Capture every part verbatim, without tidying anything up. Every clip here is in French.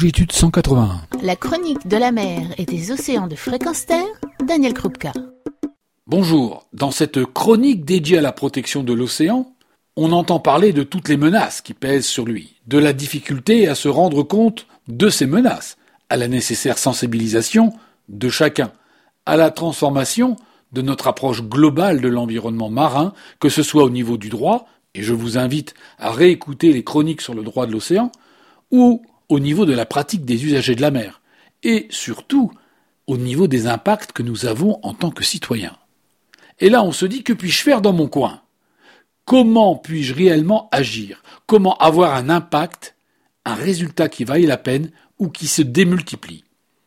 longitude cent quatre-vingt-un. La chronique de la mer et des océans de Fréquence Terre, Daniel Krupka. Bonjour, dans cette chronique dédiée à la protection de l'océan, on entend parler de toutes les menaces qui pèsent sur lui, de la difficulté à se rendre compte de ces menaces, à la nécessaire sensibilisation de chacun, à la transformation de notre approche globale de l'environnement marin, que ce soit au niveau du droit, et je vous invite à réécouter les chroniques sur le droit de l'océan, ou au niveau de la pratique des usagers de la mer, et surtout au niveau des impacts que nous avons en tant que citoyens. Et là, on se dit, que puis-je faire dans mon coin ? Comment puis-je réellement agir ? Comment avoir un impact, un résultat qui vaille la peine ou qui se démultiplie ?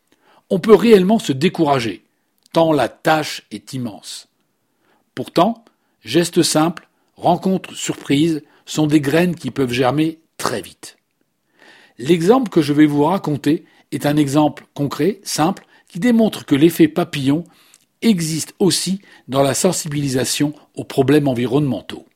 On peut réellement se décourager, tant la tâche est immense. Pourtant, gestes simples, rencontres surprises sont des graines qui peuvent germer très vite. L'exemple que je vais vous raconter est un exemple concret, simple, qui démontre que l'effet papillon existe aussi dans la sensibilisation aux problèmes environnementaux.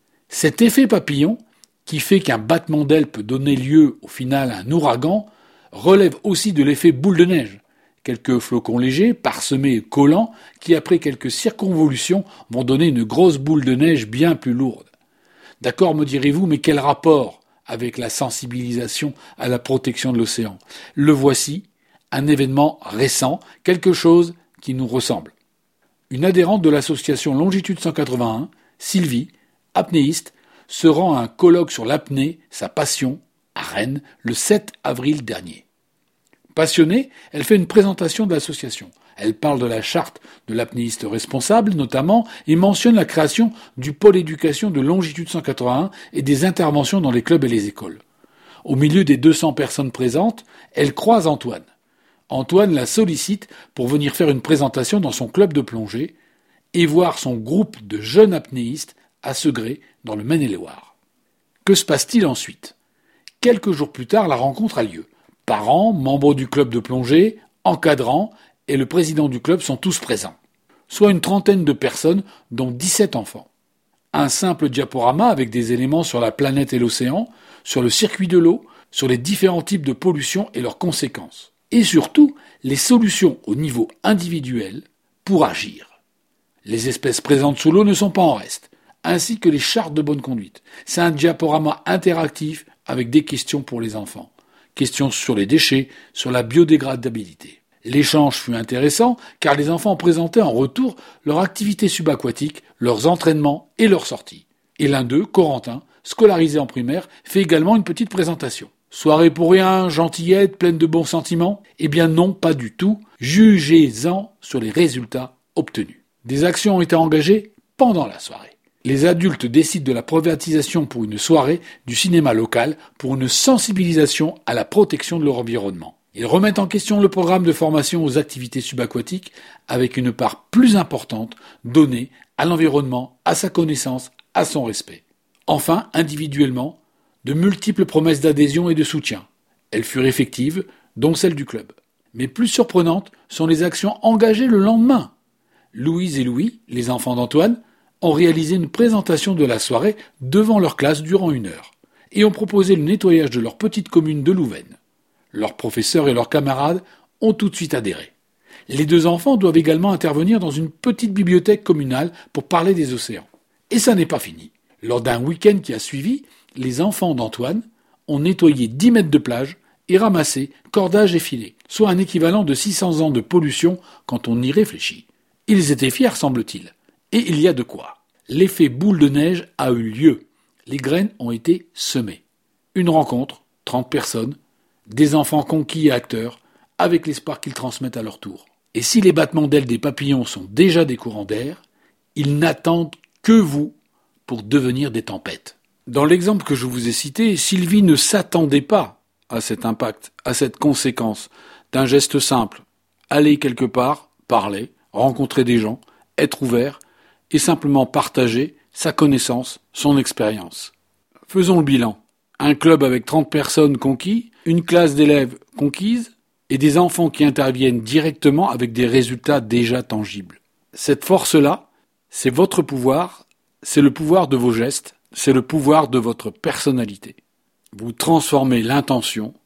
Cet effet papillon, qui fait qu'un battement d'aile peut donner lieu au final à un ouragan, relève aussi de l'effet boule de neige. Quelques flocons légers, parsemés et collants, qui après quelques circonvolutions vont donner une grosse boule de neige bien plus lourde. D'accord, me direz-vous, mais quel rapport avec la sensibilisation à la protection de l'océan ? Le voici, un événement récent, quelque chose qui nous ressemble. Une adhérente de l'association Longitude cent quatre-vingt-un, Sylvie, apnéiste, se rend à un colloque sur l'apnée, sa passion, à Rennes, le sept avril dernier. Passionnée, elle fait une présentation de l'association. Elle parle de la charte de l'apnéiste responsable, notamment, et mentionne la création du pôle éducation de Longitude cent quatre-vingt-un et des interventions dans les clubs et les écoles. Au milieu des deux cents personnes présentes, elle croise Antoine. Antoine la sollicite pour venir faire une présentation dans son club de plongée et voir son groupe de jeunes apnéistes à Segré, dans le Maine-et-Loire. Que se passe-t-il ensuite ? Quelques jours plus tard, la rencontre a lieu. Parents, membres du club de plongée, encadrants et le président du club sont tous présents. Soit une trentaine de personnes, dont dix-sept enfants. Un simple diaporama avec des éléments sur la planète et l'océan, sur le circuit de l'eau, sur les différents types de pollution et leurs conséquences. Et surtout, les solutions au niveau individuel pour agir. Les espèces présentes sous l'eau ne sont pas en reste, ainsi que les chartes de bonne conduite. C'est un diaporama interactif avec des questions pour les enfants. Questions sur les déchets, sur la biodégradabilité. L'échange fut intéressant car les enfants présentaient en retour leur activité subaquatique, leurs entraînements et leurs sorties. Et l'un d'eux, Corentin, scolarisé en primaire, fait également une petite présentation. Soirée pour rien, gentillette, pleine de bons sentiments ? Eh bien non, pas du tout. Jugez-en sur les résultats obtenus. Des actions ont été engagées pendant la soirée. Les adultes décident de la privatisation pour une soirée du cinéma local pour une sensibilisation à la protection de leur environnement. Ils remettent en question le programme de formation aux activités subaquatiques avec une part plus importante donnée à l'environnement, à sa connaissance, à son respect. Enfin, individuellement, de multiples promesses d'adhésion et de soutien. Elles furent effectives, dont celle du club. Mais plus surprenantes sont les actions engagées le lendemain. Louise et Louis, les enfants d'Antoine, ont réalisé une présentation de la soirée devant leur classe durant une heure et ont proposé le nettoyage de leur petite commune de Louvaine. Leurs professeurs et leurs camarades ont tout de suite adhéré. Les deux enfants doivent également intervenir dans une petite bibliothèque communale pour parler des océans. Et ça n'est pas fini. Lors d'un week-end qui a suivi, les enfants d'Antoine ont nettoyé dix mètres de plage et ramassé cordages et filets, soit un équivalent de six cents ans de pollution quand on y réfléchit. Ils étaient fiers, semble-t-il. Et il y a de quoi. L'effet boule de neige a eu lieu. Les graines ont été semées. Une rencontre, trente personnes, des enfants conquis et acteurs, avec l'espoir qu'ils transmettent à leur tour. Et si les battements d'ailes des papillons sont déjà des courants d'air, ils n'attendent que vous pour devenir des tempêtes. Dans l'exemple que je vous ai cité, Sylvie ne s'attendait pas à cet impact, à cette conséquence d'un geste simple. Aller quelque part, parler, rencontrer des gens, être ouvert, et simplement partager sa connaissance, son expérience. Faisons le bilan. Un club avec trente personnes conquis, une classe d'élèves conquise et des enfants qui interviennent directement avec des résultats déjà tangibles. Cette force-là, c'est votre pouvoir, c'est le pouvoir de vos gestes, c'est le pouvoir de votre personnalité. Vous transformez l'intention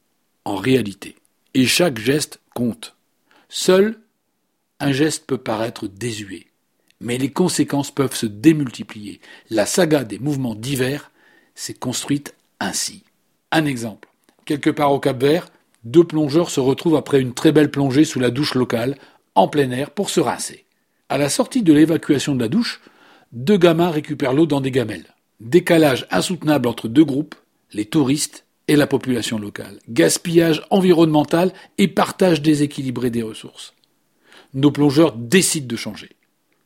en réalité. Et chaque geste compte. Seul, un geste peut paraître désuet. Mais les conséquences peuvent se démultiplier. La saga des mouvements divers s'est construite ainsi. Un exemple. Quelque part au Cap-Vert, deux plongeurs se retrouvent après une très belle plongée sous la douche locale, en plein air, pour se rincer. À la sortie de l'évacuation de la douche, deux gamins récupèrent l'eau dans des gamelles. Décalage insoutenable entre deux groupes, les touristes et la population locale. Gaspillage environnemental et partage déséquilibré des ressources. Nos plongeurs décident de changer. Quoi ?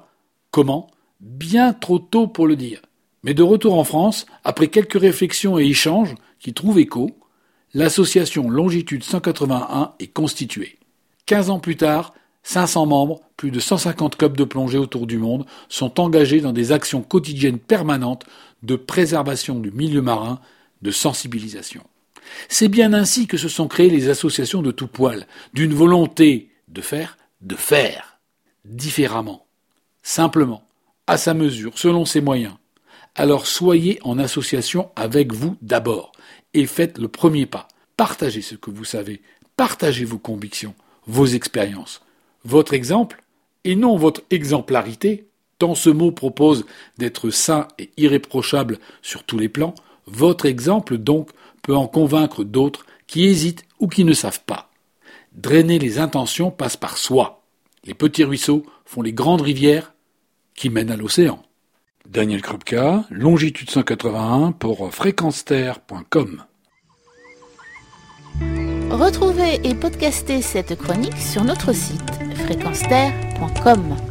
Comment ? Bien trop tôt pour le dire. Mais de retour en France, après quelques réflexions et échanges qui trouvent écho, l'association Longitude cent quatre-vingt-un est constituée. Quinze ans plus tard, cinq cents membres, plus de cent cinquante clubs de plongée autour du monde sont engagés dans des actions quotidiennes permanentes de préservation du milieu marin, de sensibilisation. C'est bien ainsi que se sont créées les associations de tout poil, d'une volonté de faire, de faire, différemment, simplement, à sa mesure, selon ses moyens. Alors soyez en association avec vous d'abord et faites le premier pas. Partagez ce que vous savez, partagez vos convictions, vos expériences. Votre exemple, et non votre exemplarité, tant ce mot propose d'être sain et irréprochable sur tous les plans, votre exemple donc peut en convaincre d'autres qui hésitent ou qui ne savent pas. Drainer les intentions passe par soi. Les petits ruisseaux font les grandes rivières qui mènent à l'océan. Daniel Krupka, Longitude cent quatre-vingt-un pour fréquence terre point com. Retrouvez et podcastez cette chronique sur notre site fréquence terre point com.